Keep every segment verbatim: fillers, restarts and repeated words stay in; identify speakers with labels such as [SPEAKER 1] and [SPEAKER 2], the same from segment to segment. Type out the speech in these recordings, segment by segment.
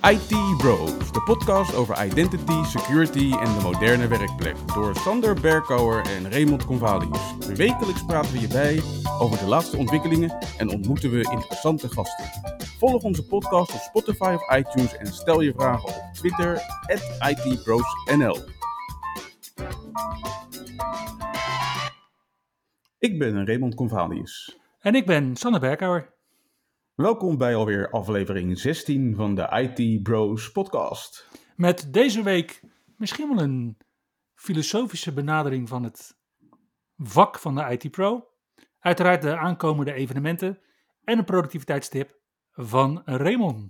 [SPEAKER 1] I T Bros, de podcast over identity, security en de moderne werkplek. Door Sander Berkouwer en Raymond Convalius. Wekelijks praten we je bij over de laatste ontwikkelingen en ontmoeten we interessante gasten. Volg onze podcast op Spotify of iTunes en stel je vragen op Twitter at I T Bros N L. Ik ben Raymond Convalius.
[SPEAKER 2] En ik ben Sander Berkouwer.
[SPEAKER 1] Welkom bij alweer aflevering zestien van de I T Bros podcast.
[SPEAKER 2] Met deze week misschien wel een filosofische benadering van het vak van de I T Pro. Uiteraard de aankomende evenementen en een productiviteitstip van Raymond.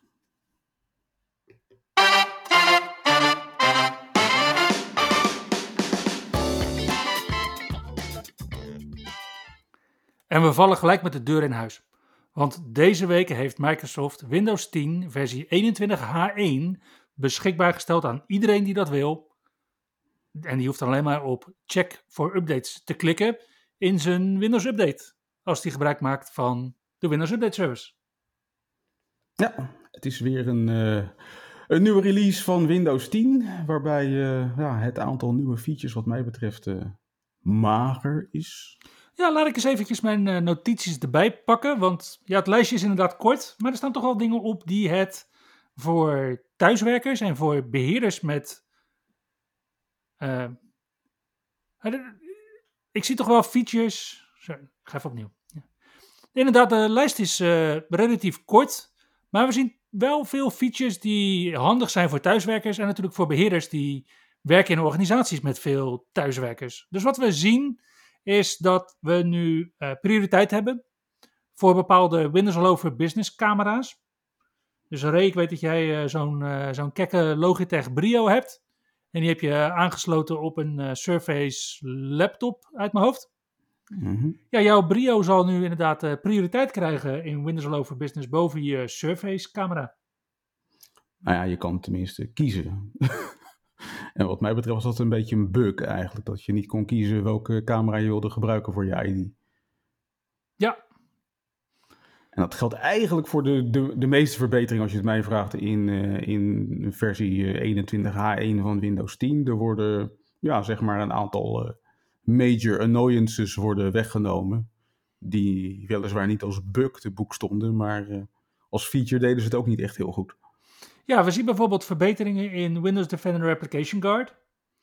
[SPEAKER 2] En we vallen gelijk met de deur in huis. Want deze week heeft Microsoft Windows tien versie eenentwintig H één beschikbaar gesteld aan iedereen die dat wil. En die hoeft dan alleen maar op check voor updates te klikken in zijn Windows Update. Als die gebruik maakt van de Windows Update Service.
[SPEAKER 1] Ja, het is weer een, uh, een nieuwe release van Windows tien. Waarbij uh, ja, het aantal nieuwe features wat mij betreft uh, mager is.
[SPEAKER 2] Ja, laat ik eens eventjes mijn uh, notities erbij pakken. Want ja, het lijstje is inderdaad kort. Maar er staan toch wel dingen op die het voor thuiswerkers en voor beheerders met... Uh, ik zie toch wel features... Sorry, ik ga even opnieuw. Ja. Inderdaad, de lijst is uh, relatief kort. Maar we zien wel veel features die handig zijn voor thuiswerkers. En natuurlijk voor beheerders die werken in organisaties met veel thuiswerkers. Dus wat we zien... is dat we nu uh, prioriteit hebben voor bepaalde Windows All Over Business camera's. Dus Ray, ik weet dat jij uh, zo'n, uh, zo'n kekke Logitech Brio hebt. En die heb je uh, aangesloten op een uh, Surface laptop uit mijn hoofd.
[SPEAKER 1] Mm-hmm.
[SPEAKER 2] Ja, jouw Brio zal nu inderdaad uh, prioriteit krijgen in Windows All Over Business boven je Surface camera.
[SPEAKER 1] Nou ja, je kan tenminste kiezen. En wat mij betreft was dat een beetje een bug eigenlijk. Dat je niet kon kiezen welke camera je wilde gebruiken voor je I D.
[SPEAKER 2] Ja.
[SPEAKER 1] En dat geldt eigenlijk voor de, de, de meeste verbeteringen als je het mij vraagt in, uh, in versie eenentwintig H één van Windows tien. Er worden ja, zeg maar een aantal uh, major annoyances worden weggenomen. Die weliswaar niet als bug te boek stonden, maar uh, als feature deden ze het ook niet echt heel goed.
[SPEAKER 2] Ja, we zien bijvoorbeeld verbeteringen in Windows Defender Application Guard.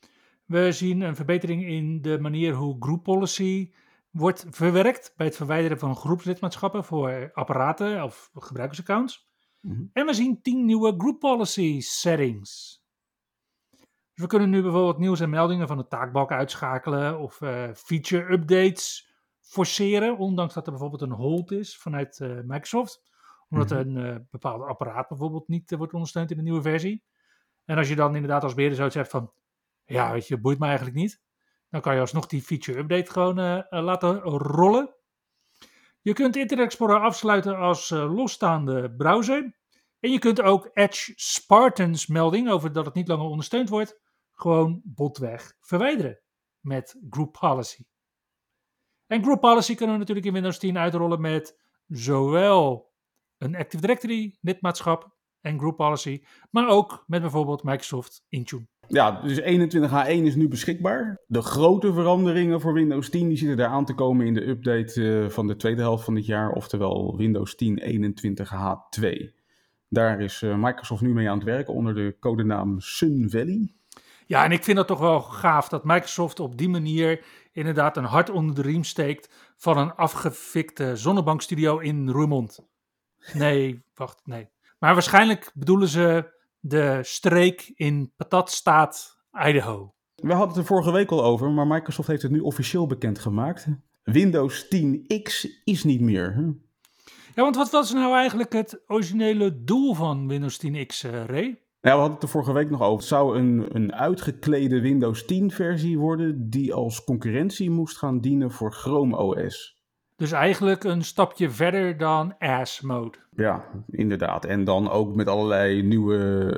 [SPEAKER 2] We zien een verbetering in de manier hoe group policy wordt verwerkt bij het verwijderen van groepslidmaatschappen voor apparaten of gebruikersaccounts. Mm-hmm. En we zien tien nieuwe group policy settings. Dus we kunnen nu bijvoorbeeld nieuws en meldingen van de taakbalk uitschakelen of uh, feature updates forceren, ondanks dat er bijvoorbeeld een hold is vanuit uh, Microsoft. Omdat een uh, bepaald apparaat bijvoorbeeld niet uh, wordt ondersteund in de nieuwe versie. En als je dan inderdaad als beheerder zoiets hebt van... Ja, weet je, boeit me eigenlijk niet. Dan kan je alsnog die feature update gewoon uh, uh, laten rollen. Je kunt Internet Explorer afsluiten als uh, losstaande browser. En je kunt ook Edge Spartans melding over dat het niet langer ondersteund wordt... gewoon botweg verwijderen met Group Policy. En Group Policy kunnen we natuurlijk in Windows tien uitrollen met zowel... een Active Directory, lidmaatschap en Group Policy, maar ook met bijvoorbeeld Microsoft Intune.
[SPEAKER 1] Ja, dus eenentwintig H één is nu beschikbaar. De grote veranderingen voor Windows tien die zitten daar aan te komen in de update uh, van de tweede helft van dit jaar, oftewel Windows tien eenentwintig H twee. Daar is uh, Microsoft nu mee aan het werken onder de codenaam Sun Valley.
[SPEAKER 2] Ja, en ik vind dat toch wel gaaf dat Microsoft op die manier inderdaad een hart onder de riem steekt van een afgefikte zonnebankstudio in Roermond. Nee, wacht, nee. Maar waarschijnlijk bedoelen ze de streek in patatstaat Idaho.
[SPEAKER 1] We hadden het er vorige week al over, maar Microsoft heeft het nu officieel bekendgemaakt. Windows tien X is niet meer. Hè?
[SPEAKER 2] Ja, want wat was nou eigenlijk het originele doel van Windows tien X, uh, Ray?
[SPEAKER 1] Ja, we hadden het er vorige week nog over. Het zou een, een uitgeklede Windows tien versie worden die als concurrentie moest gaan dienen voor Chrome O S.
[SPEAKER 2] Dus eigenlijk een stapje verder dan A S mode.
[SPEAKER 1] Ja, inderdaad. En dan ook met allerlei nieuwe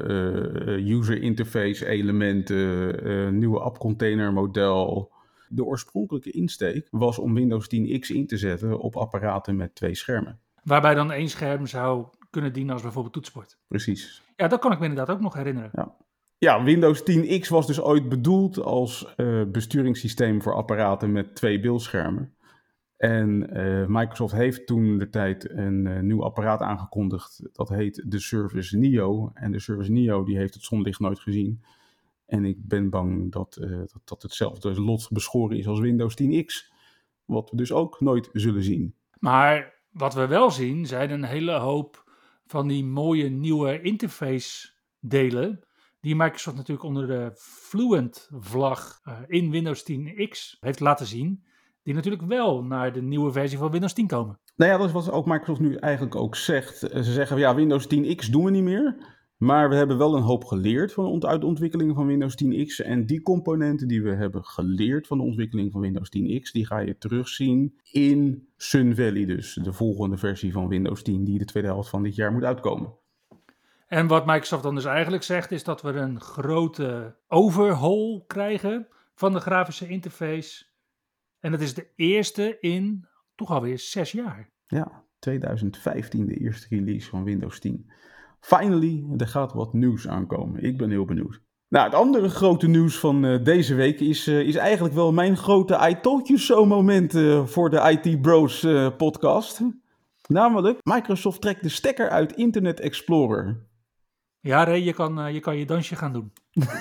[SPEAKER 1] uh, user interface elementen, uh, nieuwe appcontainer model. De oorspronkelijke insteek was om Windows tien X in te zetten op apparaten met twee schermen.
[SPEAKER 2] Waarbij dan één scherm zou kunnen dienen als bijvoorbeeld toetsenbord.
[SPEAKER 1] Precies.
[SPEAKER 2] Ja, dat kan ik me inderdaad ook nog herinneren.
[SPEAKER 1] Ja. Ja, Windows tien X was dus ooit bedoeld als uh, besturingssysteem voor apparaten met twee beeldschermen. En uh, Microsoft heeft toen de tijd een uh, nieuw apparaat aangekondigd. Dat heet de Surface Neo. En de Surface Neo die heeft het zonlicht nooit gezien. En ik ben bang dat, uh, dat, dat hetzelfde lot beschoren is als Windows tien X. Wat we dus ook nooit zullen zien.
[SPEAKER 2] Maar wat we wel zien zijn een hele hoop van die mooie nieuwe interface delen. Die Microsoft natuurlijk onder de Fluent vlag uh, in Windows tien X heeft laten zien. Die natuurlijk wel naar de nieuwe versie van Windows tien komen.
[SPEAKER 1] Nou ja, dat is wat ook Microsoft nu eigenlijk ook zegt. Ze zeggen, ja, Windows tien X doen we niet meer. Maar we hebben wel een hoop geleerd van, uit de ontwikkeling van Windows tien X. En die componenten die we hebben geleerd van de ontwikkeling van Windows tien X... die ga je terugzien in Sun Valley dus. De volgende versie van Windows tien die de tweede helft van dit jaar moet uitkomen.
[SPEAKER 2] En wat Microsoft dan dus eigenlijk zegt is dat we een grote overhaul krijgen van de grafische interface. En dat is de eerste in toch alweer zes jaar.
[SPEAKER 1] Ja, twintig vijftien de eerste release van Windows tien. Finally, er gaat wat nieuws aankomen. Ik ben heel benieuwd. Nou, het andere grote nieuws van uh, deze week is, uh, is eigenlijk wel mijn grote I told you so moment uh, voor de I T Bros uh, podcast. Namelijk, Microsoft trekt de stekker uit Internet Explorer.
[SPEAKER 2] Ja, Ray, je kan, uh, je kan je dansje gaan doen.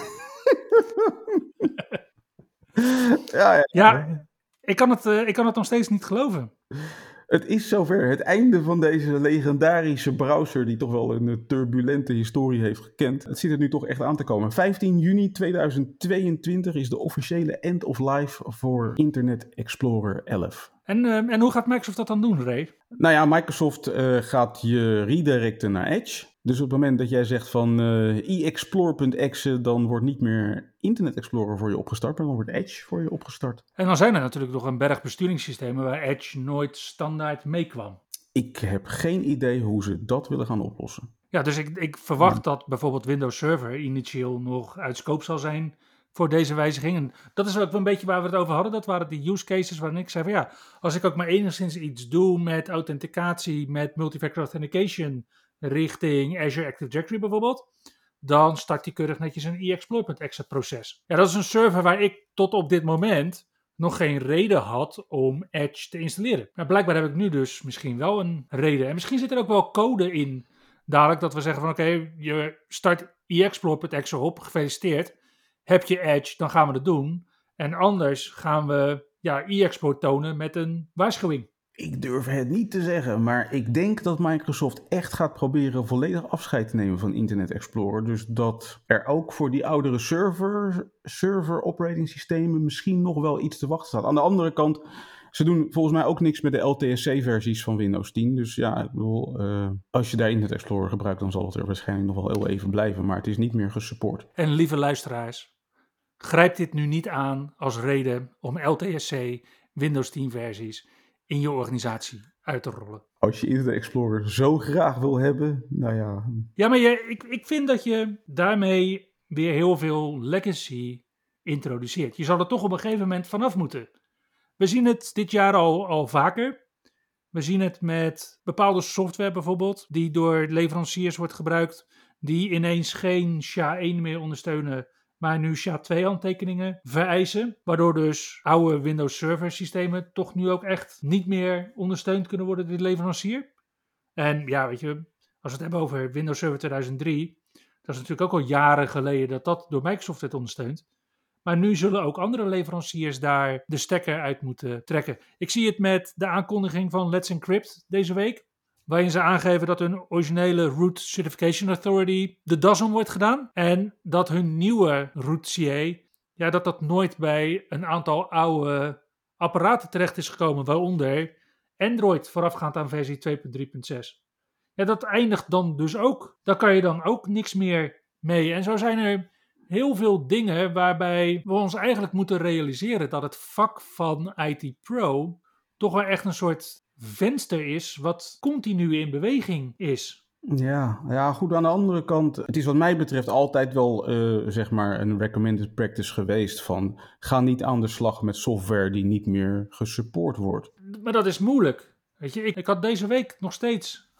[SPEAKER 1] ja, ja.
[SPEAKER 2] ja ik, kan het, uh, ik kan het nog steeds niet geloven.
[SPEAKER 1] Het is zover. Het einde van deze legendarische browser die toch wel een turbulente historie heeft gekend. Het zit er nu toch echt aan te komen. vijftien juni tweeduizend tweeëntwintig is de officiële end of life voor Internet Explorer elf.
[SPEAKER 2] En, uh, en hoe gaat Microsoft dat dan doen, Ray?
[SPEAKER 1] Nou ja, Microsoft uh, gaat je redirecten naar Edge. Dus op het moment dat jij zegt van uh, iExplore.exe, dan wordt niet meer Internet Explorer voor je opgestart, maar dan wordt Edge voor je opgestart.
[SPEAKER 2] En dan zijn er natuurlijk nog een berg besturingssystemen waar Edge nooit standaard meekwam.
[SPEAKER 1] Ik heb geen idee hoe ze dat willen gaan oplossen.
[SPEAKER 2] Ja, dus ik, ik verwacht ja. dat bijvoorbeeld Windows Server initieel nog uit scope zal zijn voor deze wijziging. En dat is ook een beetje waar we het over hadden. Dat waren die use cases waarin ik zei van ja, als ik ook maar enigszins iets doe met authenticatie, met multifactor authentication richting Azure Active Directory bijvoorbeeld, dan start die keurig netjes een iExplore.exe proces. Ja, dat is een server waar ik tot op dit moment nog geen reden had om Edge te installeren. Maar blijkbaar heb ik nu dus misschien wel een reden. En misschien zit er ook wel code in dadelijk dat we zeggen van oké, okay, je start iExplore.exe op, gefeliciteerd. Heb je Edge, dan gaan we het doen. En anders gaan we ja, iExplore tonen met een waarschuwing.
[SPEAKER 1] Ik durf het niet te zeggen, maar ik denk dat Microsoft echt gaat proberen volledig afscheid te nemen van Internet Explorer. Dus dat er ook voor die oudere server, server operating systemen misschien nog wel iets te wachten staat. Aan de andere kant, ze doen volgens mij ook niks met de L T S C-versies van Windows tien. Dus ja, ik bedoel, uh, als je daar Internet Explorer gebruikt, dan zal het er waarschijnlijk nog wel heel even blijven. Maar het is niet meer gesupport.
[SPEAKER 2] En lieve luisteraars, grijp dit nu niet aan als reden om L T S C, Windows tien-versies in je organisatie uit te rollen.
[SPEAKER 1] Als je Internet Explorer zo graag wil hebben, nou ja.
[SPEAKER 2] Ja, maar je, ik, ik vind dat je daarmee weer heel veel legacy introduceert. Je zal er toch op een gegeven moment vanaf moeten. We zien het dit jaar al, al vaker. We zien het met bepaalde software bijvoorbeeld, die door leveranciers wordt gebruikt, die ineens geen S H A één meer ondersteunen, maar nu S H A twee handtekeningen vereisen. Waardoor dus oude Windows Server systemen toch nu ook echt niet meer ondersteund kunnen worden door de leverancier. En ja, weet je, als we het hebben over Windows Server tweeduizend drie, dat is natuurlijk ook al jaren geleden dat dat door Microsoft werd ondersteund. Maar nu zullen ook andere leveranciers daar de stekker uit moeten trekken. Ik zie het met de aankondiging van Let's Encrypt deze week, waarin ze aangeven dat hun originele Root Certification Authority de das om wordt gedaan. En dat hun nieuwe Root C A, ja, dat dat nooit bij een aantal oude apparaten terecht is gekomen, waaronder Android voorafgaand aan versie twee punt drie punt zes. Ja, dat eindigt dan dus ook. Daar kan je dan ook niks meer mee. En zo zijn er heel veel dingen waarbij we ons eigenlijk moeten realiseren dat het vak van I T Pro toch wel echt een soort venster is wat continu in beweging is.
[SPEAKER 1] Ja, ja, goed, aan de andere kant, het is wat mij betreft altijd wel uh, zeg maar een recommended practice geweest van ga niet aan de slag met software die niet meer gesupport wordt.
[SPEAKER 2] Maar dat is moeilijk. Weet je, ik, ik had deze week nog steeds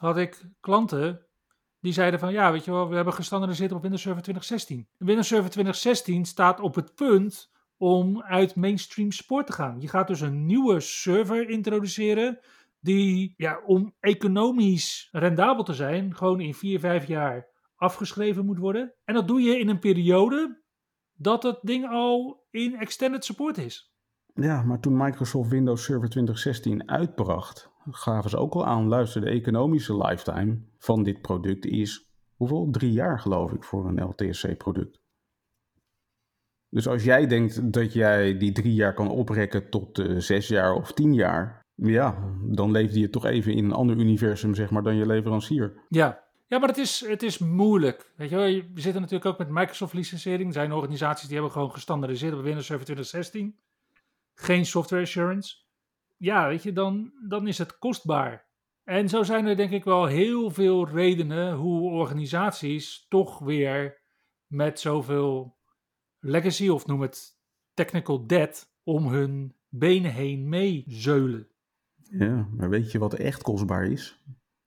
[SPEAKER 2] had ik klanten die zeiden van ja, weet je wel, we hebben gestandaardiseerd op Windows Server twintig zestien. Windows Server twintig zestien staat op het punt om uit mainstream support te gaan. Je gaat dus een nieuwe server introduceren die, ja, om economisch rendabel te zijn, gewoon in vier, vijf jaar afgeschreven moet worden. En dat doe je in een periode dat het ding al in extended support is.
[SPEAKER 1] Ja, maar toen Microsoft Windows Server twintig zestien uitbracht, gaven ze ook al aan, luister, de economische lifetime van dit product is, hoeveel? Drie jaar geloof ik voor een L T S C-product. Dus als jij denkt dat jij die drie jaar kan oprekken tot uh, zes jaar of tien jaar, ja, dan leefde je toch even in een ander universum, zeg maar, dan je leverancier.
[SPEAKER 2] Ja, ja maar het is, het is moeilijk. Weet je wel, we zitten natuurlijk ook met Microsoft-licensering. Er zijn organisaties die hebben gewoon gestandaardiseerd op Windows Server twintig zestien. Geen software assurance. Ja, weet je, dan, dan is het kostbaar. En zo zijn er denk ik wel heel veel redenen hoe organisaties toch weer met zoveel legacy, of noem het technical debt, om hun benen heen meezeulen.
[SPEAKER 1] Ja, maar weet je wat echt kostbaar is?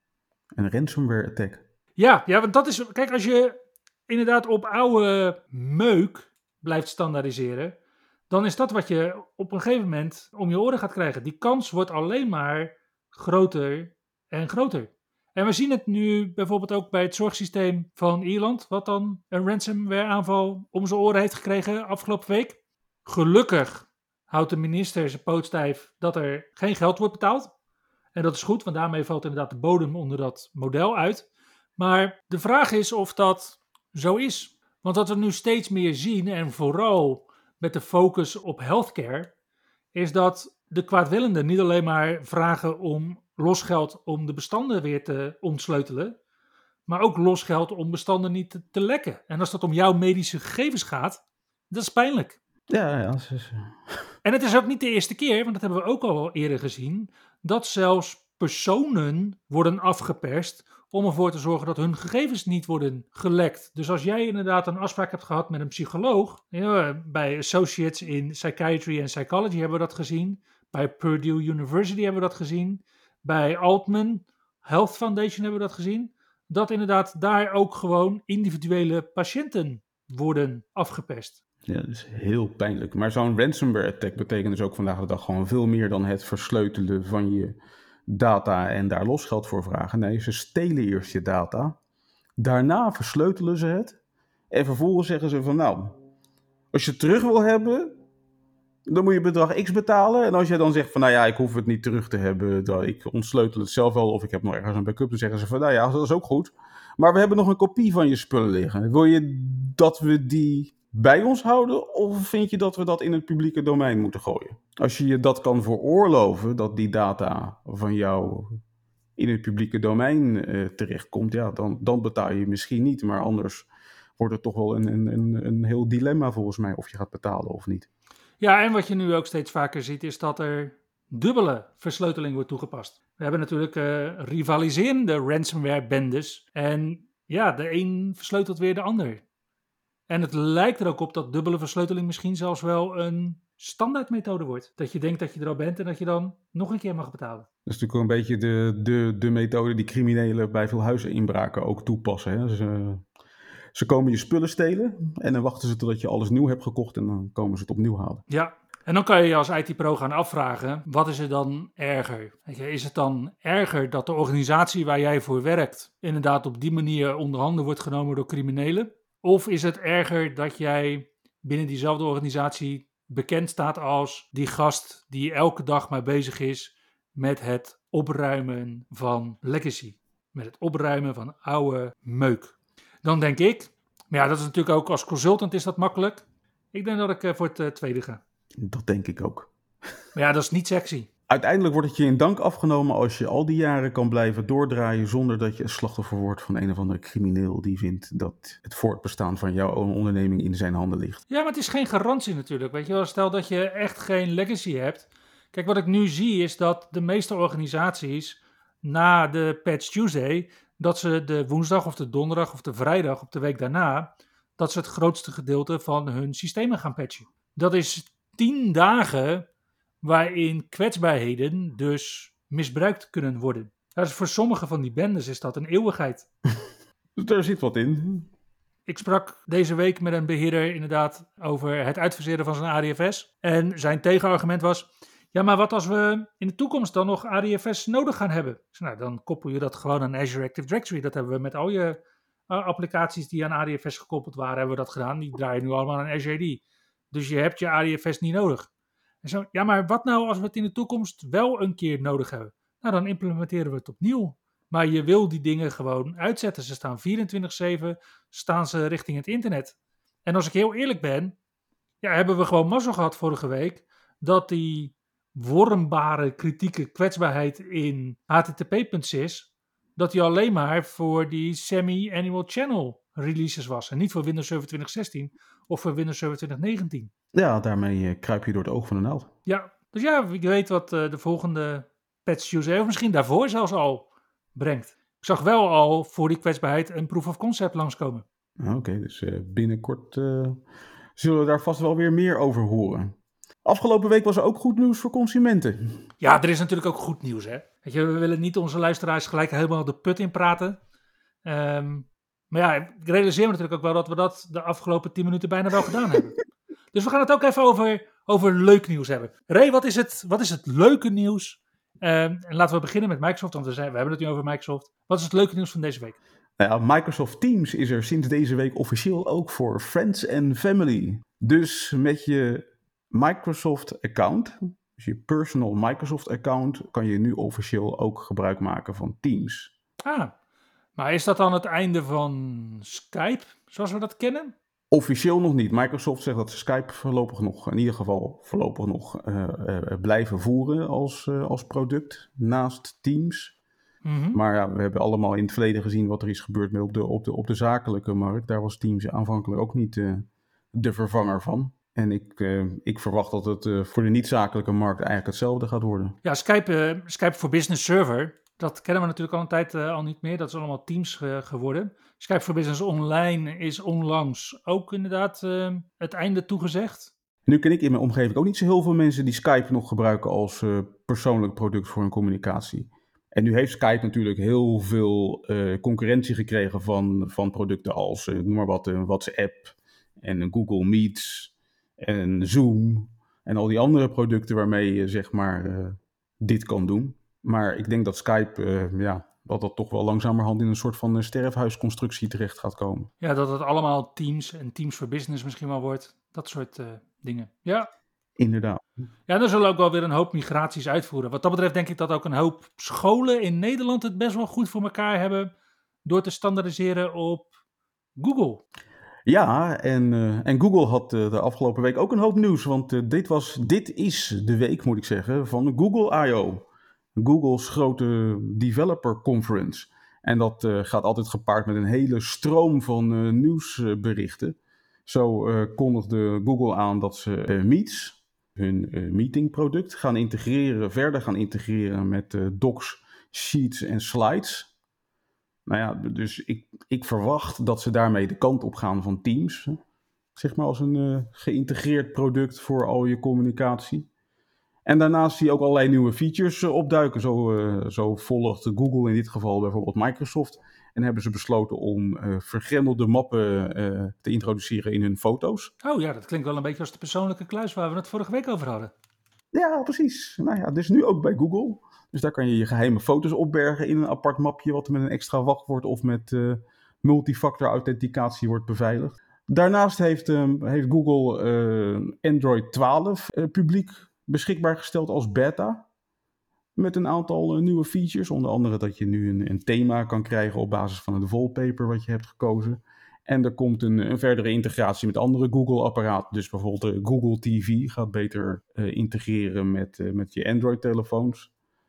[SPEAKER 1] Een ransomware attack.
[SPEAKER 2] Ja, ja, want dat is, kijk, als je inderdaad op oude meuk blijft standaardiseren, dan is dat wat je op een gegeven moment om je oren gaat krijgen. Die kans wordt alleen maar groter en groter. En we zien het nu bijvoorbeeld ook bij het zorgsysteem van Ierland, wat dan een ransomware aanval om zijn oren heeft gekregen afgelopen week. Gelukkig houdt de minister zijn poot stijf dat er geen geld wordt betaald. En dat is goed, want daarmee valt inderdaad de bodem onder dat model uit. Maar de vraag is of dat zo is. Want wat we nu steeds meer zien, en vooral met de focus op healthcare, is dat de kwaadwillenden niet alleen maar vragen om losgeld om de bestanden weer te ontsleutelen, maar ook losgeld om bestanden niet te, te lekken. En als dat om jouw medische gegevens gaat, dat is pijnlijk.
[SPEAKER 1] Ja, ja. Dat is...
[SPEAKER 2] En het is ook niet de eerste keer, want dat hebben we ook al eerder gezien, dat zelfs personen worden afgeperst om ervoor te zorgen dat hun gegevens niet worden gelekt. Dus als jij inderdaad een afspraak hebt gehad met een psycholoog, ja, bij Associates in Psychiatry en Psychology hebben we dat gezien, bij Purdue University hebben we dat gezien, bij Altman Health Foundation hebben we dat gezien, dat inderdaad daar ook gewoon individuele patiënten worden afgeperst.
[SPEAKER 1] Ja, dat is heel pijnlijk. Maar zo'n ransomware attack betekent dus ook vandaag de dag gewoon veel meer dan het versleutelen van je data en daar losgeld voor vragen. Nee, ze stelen eerst je data. Daarna versleutelen ze het. En vervolgens zeggen ze van nou, als je het terug wil hebben, dan moet je bedrag X betalen. En als jij dan zegt van nou ja, ik hoef het niet terug te hebben, dan ik ontsleutel het zelf wel of ik heb nog ergens een backup, dan zeggen ze van nou ja, dat is ook goed. Maar we hebben nog een kopie van je spullen liggen. Wil je dat we die bij ons houden, of vind je dat we dat in het publieke domein moeten gooien? Als je je dat kan veroorloven, dat die data van jou in het publieke domein uh, terechtkomt, ja, dan, dan betaal je misschien niet. Maar anders wordt het toch wel een, een, een heel dilemma volgens mij, of je gaat betalen of niet.
[SPEAKER 2] Ja, en wat je nu ook steeds vaker ziet, is dat er dubbele versleuteling wordt toegepast. We hebben natuurlijk uh, rivaliserende ransomware-bendes. En ja, de een versleutelt weer de ander. En het lijkt er ook op dat dubbele versleuteling misschien zelfs wel een standaardmethode wordt. Dat je denkt dat je er al bent en dat je dan nog een keer mag betalen.
[SPEAKER 1] Dat is natuurlijk wel een beetje de, de, de methode die criminelen bij veel huizeninbraken ook toepassen. Hè? Ze, ze komen je spullen stelen en dan wachten ze totdat je alles nieuw hebt gekocht en dan komen ze het opnieuw halen.
[SPEAKER 2] Ja, en dan kan je je als I T-pro gaan afvragen, wat is er dan erger? Is het dan erger dat de organisatie waar jij voor werkt inderdaad op die manier onder handen wordt genomen door criminelen? Of is het erger dat jij binnen diezelfde organisatie bekend staat als die gast die elke dag maar bezig is met het opruimen van legacy. Met het opruimen van oude meuk. Dan denk ik, maar ja, dat is natuurlijk ook als consultant is dat makkelijk. Ik denk dat ik uh, voor het uh, tweede ga.
[SPEAKER 1] Dat denk ik ook.
[SPEAKER 2] Maar ja, dat is niet sexy.
[SPEAKER 1] Uiteindelijk wordt het je in dank afgenomen als je al die jaren kan blijven doordraaien zonder dat je een slachtoffer wordt van een of andere crimineel die vindt dat het voortbestaan van jouw onderneming in zijn handen ligt.
[SPEAKER 2] Ja, maar het is geen garantie natuurlijk. Weet je wel, stel dat je echt geen legacy hebt. Kijk, wat ik nu zie is dat de meeste organisaties na de Patch Tuesday, dat ze de woensdag of de donderdag of de vrijdag op de week daarna, dat ze het grootste gedeelte van hun systemen gaan patchen. Dat is tien dagen waarin kwetsbaarheden dus misbruikt kunnen worden. Dat is voor sommige van die bendes is dat een eeuwigheid.
[SPEAKER 1] Dus daar zit wat in.
[SPEAKER 2] Ik sprak deze week met een beheerder inderdaad over het uitfaseren van zijn A D F S. En zijn tegenargument was, ja, maar wat als we in de toekomst dan nog A D F S nodig gaan hebben? Dus nou, dan koppel je dat gewoon aan Azure Active Directory. Dat hebben we met al je uh, applicaties die aan A D F S gekoppeld waren, hebben we dat gedaan. Die draaien nu allemaal aan Azure A D. Dus je hebt je A D F S niet nodig. En zo, ja, maar wat nou als we het in de toekomst wel een keer nodig hebben? Nou, dan implementeren we het opnieuw. Maar je wil die dingen gewoon uitzetten. Ze staan vierentwintig zeven, staan ze richting het internet. En als ik heel eerlijk ben, ja, hebben we gewoon mazzel gehad vorige week, dat die wormbare kritieke kwetsbaarheid in H T T P.sys, dat die alleen maar voor die semi-annual channel releases was. En niet voor Windows Server twintig zestien of voor Windows Server twintig negentien.
[SPEAKER 1] Ja, daarmee uh, kruip je door het oog van de naald.
[SPEAKER 2] Ja, dus ja, ik weet wat uh, de volgende patch user, of misschien daarvoor zelfs al, brengt. Ik zag wel al voor die kwetsbaarheid een proof of concept langskomen.
[SPEAKER 1] Oké, okay, dus uh, binnenkort uh, zullen we daar vast wel weer meer over horen. Afgelopen week was er ook goed nieuws voor consumenten.
[SPEAKER 2] Ja, er is natuurlijk ook goed nieuws, hè. Weet je, we willen niet onze luisteraars gelijk helemaal de put in praten. Um, maar ja, ik realiseer me natuurlijk ook wel dat we dat de afgelopen tien minuten bijna wel gedaan hebben. Dus we gaan het ook even over, over leuk nieuws hebben. Ray, wat is het, wat is het leuke nieuws? Um, en laten we beginnen met Microsoft, want we, zijn, we hebben het nu over Microsoft. Wat is het leuke nieuws van deze week?
[SPEAKER 1] Nou ja, Microsoft Teams is er sinds deze week officieel ook voor Friends and Family. Dus met je Microsoft-account, dus je personal Microsoft-account, kan je nu officieel ook gebruik maken van Teams.
[SPEAKER 2] Ah, maar is dat dan het einde van Skype, zoals we dat kennen?
[SPEAKER 1] Officieel nog niet. Microsoft zegt dat ze Skype voorlopig nog, in ieder geval voorlopig nog, uh, uh, blijven voeren als, uh, als product naast Teams.
[SPEAKER 2] Mm-hmm.
[SPEAKER 1] Maar ja, we hebben allemaal in het verleden gezien wat er is gebeurd met op, de, op, de, op de zakelijke markt. Daar was Teams aanvankelijk ook niet uh, de vervanger van. En ik, uh, ik verwacht dat het uh, voor de niet-zakelijke markt eigenlijk hetzelfde gaat worden.
[SPEAKER 2] Ja, Skype, uh, Skype for Business Server, dat kennen we natuurlijk al een tijd uh, al niet meer. Dat is allemaal Teams uh, geworden. Skype for Business Online is onlangs ook inderdaad uh, het einde toegezegd.
[SPEAKER 1] Nu ken ik in mijn omgeving ook niet zo heel veel mensen die Skype nog gebruiken als uh, persoonlijk product voor hun communicatie. En nu heeft Skype natuurlijk heel veel uh, concurrentie gekregen van, van producten als, uh, noem maar wat, een WhatsApp en een Google Meets en Zoom en al die andere producten waarmee je zeg maar uh, dit kan doen. Maar ik denk dat Skype, uh, ja, dat dat toch wel langzamerhand in een soort van sterfhuisconstructie terecht gaat komen.
[SPEAKER 2] Ja, dat het allemaal Teams en Teams for Business misschien wel wordt. Dat soort uh, dingen. Ja.
[SPEAKER 1] Inderdaad.
[SPEAKER 2] Ja, dan zullen ook wel weer een hoop migraties uitvoeren. Wat dat betreft denk ik dat ook een hoop scholen in Nederland het best wel goed voor elkaar hebben door te standaardiseren op Google.
[SPEAKER 1] Ja, en, uh, en Google had uh, de afgelopen week ook een hoop nieuws. Want uh, dit, was, dit is de week, moet ik zeggen, van Google I O. Google's grote developer conference. En dat uh, gaat altijd gepaard met een hele stroom van uh, nieuwsberichten. Zo uh, kondigde Google aan dat ze uh, Meets, hun uh, meetingproduct, gaan integreren, verder gaan integreren met uh, docs, sheets en slides. Nou ja, dus ik, ik verwacht dat ze daarmee de kant op gaan van Teams. Zeg maar als een uh, geïntegreerd product voor al je communicatie. En daarnaast zie je ook allerlei nieuwe features uh, opduiken. Zo, uh, zo volgt Google in dit geval bijvoorbeeld Microsoft. En hebben ze besloten om uh, vergrendelde mappen uh, te introduceren in hun foto's.
[SPEAKER 2] Oh ja, dat klinkt wel een beetje als de persoonlijke kluis waar we het vorige week over hadden.
[SPEAKER 1] Ja, precies. Nou ja, dus nu ook bij Google. Dus daar kan je je geheime foto's opbergen in een apart mapje wat met een extra wachtwoord of met uh, multifactor authenticatie wordt beveiligd. Daarnaast heeft, um, heeft Google uh, Android twaalf uh, publiek beschikbaar gesteld als beta. Met een aantal uh, nieuwe features. Onder andere dat je nu een, een thema kan krijgen op basis van het wallpaper wat je hebt gekozen. En er komt een, een verdere integratie met andere Google-apparaten. Dus bijvoorbeeld uh, Google T V gaat beter uh, integreren met, uh, met je Android-telefoons.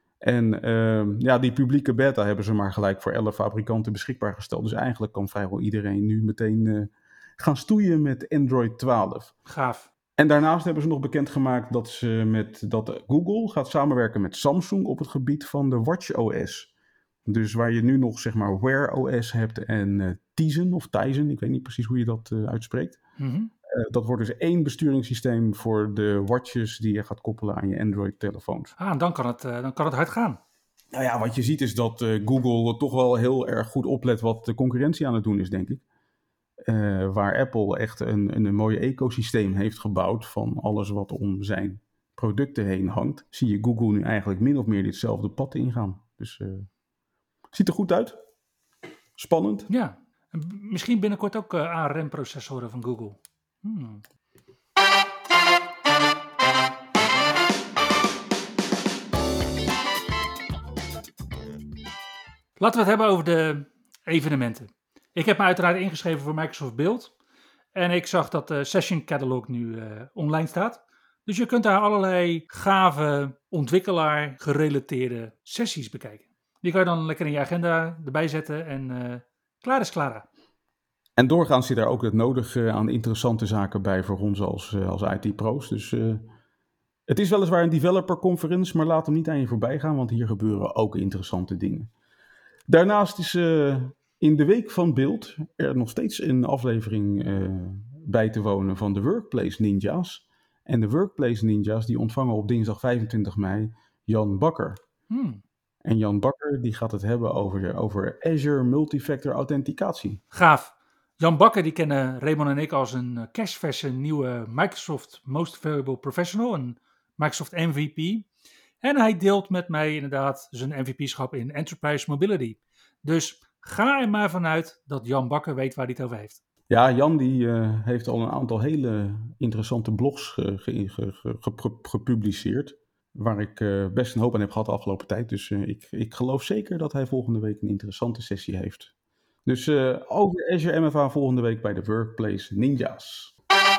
[SPEAKER 1] En uh, ja, die publieke beta hebben ze maar gelijk voor elf fabrikanten beschikbaar gesteld. Dus eigenlijk kan vrijwel iedereen nu meteen uh, gaan stoeien met Android twaalf.
[SPEAKER 2] Gaaf.
[SPEAKER 1] En daarnaast hebben ze nog bekendgemaakt dat, ze met, dat Google gaat samenwerken met Samsung op het gebied van de WatchOS. Dus waar je nu nog zeg maar Wear O S hebt en uh, Tizen of Tizen, ik weet niet precies hoe je dat uh, uitspreekt.
[SPEAKER 2] Mm-hmm.
[SPEAKER 1] Uh, dat wordt dus één besturingssysteem voor de watches die je gaat koppelen aan je Android-telefoons.
[SPEAKER 2] Ah, dan kan het, uh, dan kan het hard gaan.
[SPEAKER 1] Nou ja, wat je ziet is dat uh, Google toch wel heel erg goed oplet wat de concurrentie aan het doen is, denk ik. Uh, waar Apple echt een, een, een mooi ecosysteem heeft gebouwd van alles wat om zijn producten heen hangt, zie je Google nu eigenlijk min of meer ditzelfde pad ingaan. Dus uh, ziet er goed uit. Spannend.
[SPEAKER 2] Ja, misschien binnenkort ook uh, A R M-processoren van Google. Hmm. Laten we het hebben over de evenementen. Ik heb me uiteraard ingeschreven voor Microsoft Build. En ik zag dat de Session Catalog nu uh, online staat. Dus je kunt daar allerlei gave ontwikkelaar gerelateerde sessies bekijken. Die kan je dan lekker in je agenda erbij zetten en uh, klaar is Clara.
[SPEAKER 1] En doorgaans zit daar ook het nodige aan interessante zaken bij voor ons als, uh, als I T-pro's. Dus uh, het is weliswaar een developer conference, maar laat hem niet aan je voorbij gaan, want hier gebeuren ook interessante dingen. Daarnaast is uh, in de week van Build er nog steeds een aflevering uh, bij te wonen van de Workplace Ninja's. En de Workplace Ninja's die ontvangen op dinsdag vijfentwintig mei Jan Bakker.
[SPEAKER 2] Hmm.
[SPEAKER 1] En Jan Bakker die gaat het hebben over, over Azure Multifactor Authenticatie.
[SPEAKER 2] Gaaf. Jan Bakker die kennen Raymond en ik als een kerstverse nieuwe Microsoft Most Valuable Professional, een Microsoft M V P. En hij deelt met mij inderdaad zijn M V P-schap in Enterprise Mobility. Dus ga er maar vanuit dat Jan Bakker weet waar hij het over heeft.
[SPEAKER 1] Ja, Jan die uh, heeft al een aantal hele interessante blogs ge, ge, ge, ge, ge, gepubliceerd. Waar ik uh, best een hoop aan heb gehad de afgelopen tijd. Dus uh, ik, ik geloof zeker dat hij volgende week een interessante sessie heeft. Dus uh, over Azure M F A volgende week bij de Workplace Ninja's.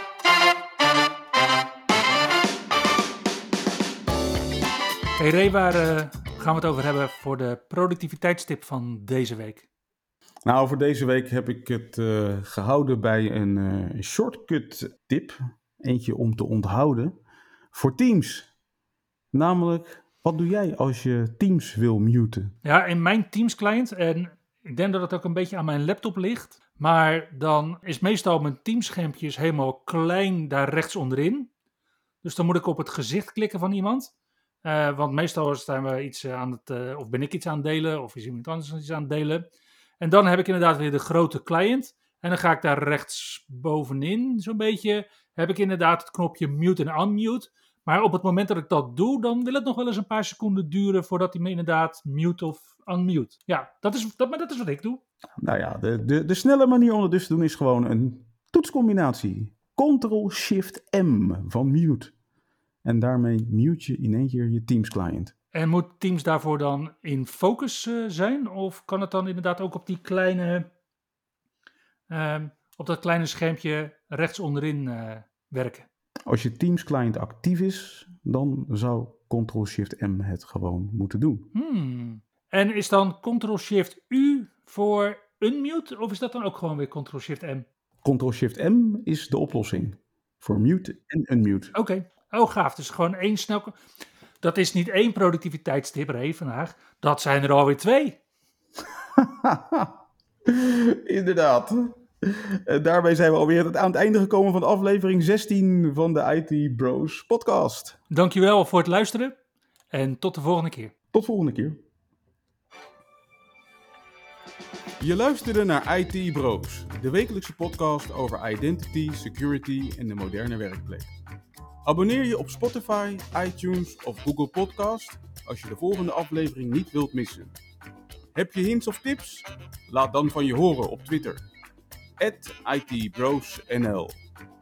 [SPEAKER 2] Hey Ray, waar uh, gaan we het over hebben voor de productiviteitstip van deze week?
[SPEAKER 1] Nou, voor deze week heb ik het uh, gehouden bij een uh, shortcut tip. Eentje om te onthouden voor Teams. Namelijk, wat doe jij als je Teams wil muten?
[SPEAKER 2] Ja, in mijn Teams client, en ik denk dat het ook een beetje aan mijn laptop ligt, maar dan is meestal mijn Teams schermpjes helemaal klein daar rechts onderin. Dus dan moet ik op het gezicht klikken van iemand. Uh, want meestal zijn we iets aan het, uh, of ben ik iets aan het delen, of is iemand anders iets aan het delen. En dan heb ik inderdaad weer de grote client. En dan ga ik daar rechts bovenin, zo'n beetje, heb ik inderdaad het knopje mute en unmute. Maar op het moment dat ik dat doe, dan wil het nog wel eens een paar seconden duren voordat hij me inderdaad mute of unmute. Ja, dat is, dat, maar dat is wat ik doe.
[SPEAKER 1] Nou ja, de, de, de snelle manier om dat dus te doen is gewoon een toetscombinatie. Ctrl-Shift-M van mute. En daarmee mute je in één keer je Teams client.
[SPEAKER 2] En moet Teams daarvoor dan in focus uh, zijn? Of kan het dan inderdaad ook op die kleine, uh, op dat kleine schermpje rechts onderin uh, werken?
[SPEAKER 1] Als je Teams client actief is, dan zou Ctrl-Shift-M het gewoon moeten doen.
[SPEAKER 2] Hmm. En is dan Ctrl-Shift-U voor unmute? Of is dat dan ook gewoon weer Ctrl-Shift-M?
[SPEAKER 1] Ctrl-Shift-M is de oplossing voor mute en unmute.
[SPEAKER 2] Oké. Okay. Oh, gaaf. Dus gewoon één snel... Dat is niet één productiviteitstip, Ray, vandaag. Dat zijn er alweer twee.
[SPEAKER 1] Inderdaad. En daarmee zijn we alweer aan het einde gekomen van aflevering zestien van de I T Bros podcast.
[SPEAKER 2] Dankjewel voor het luisteren en tot de volgende keer.
[SPEAKER 1] Tot de volgende keer. Je luisterde naar I T Bros, de wekelijkse podcast over identity, security en de moderne werkplek. Abonneer je op Spotify, iTunes of Google Podcast als je de volgende aflevering niet wilt missen. Heb je hints of tips? Laat dan van je horen op Twitter. at I T Bros N L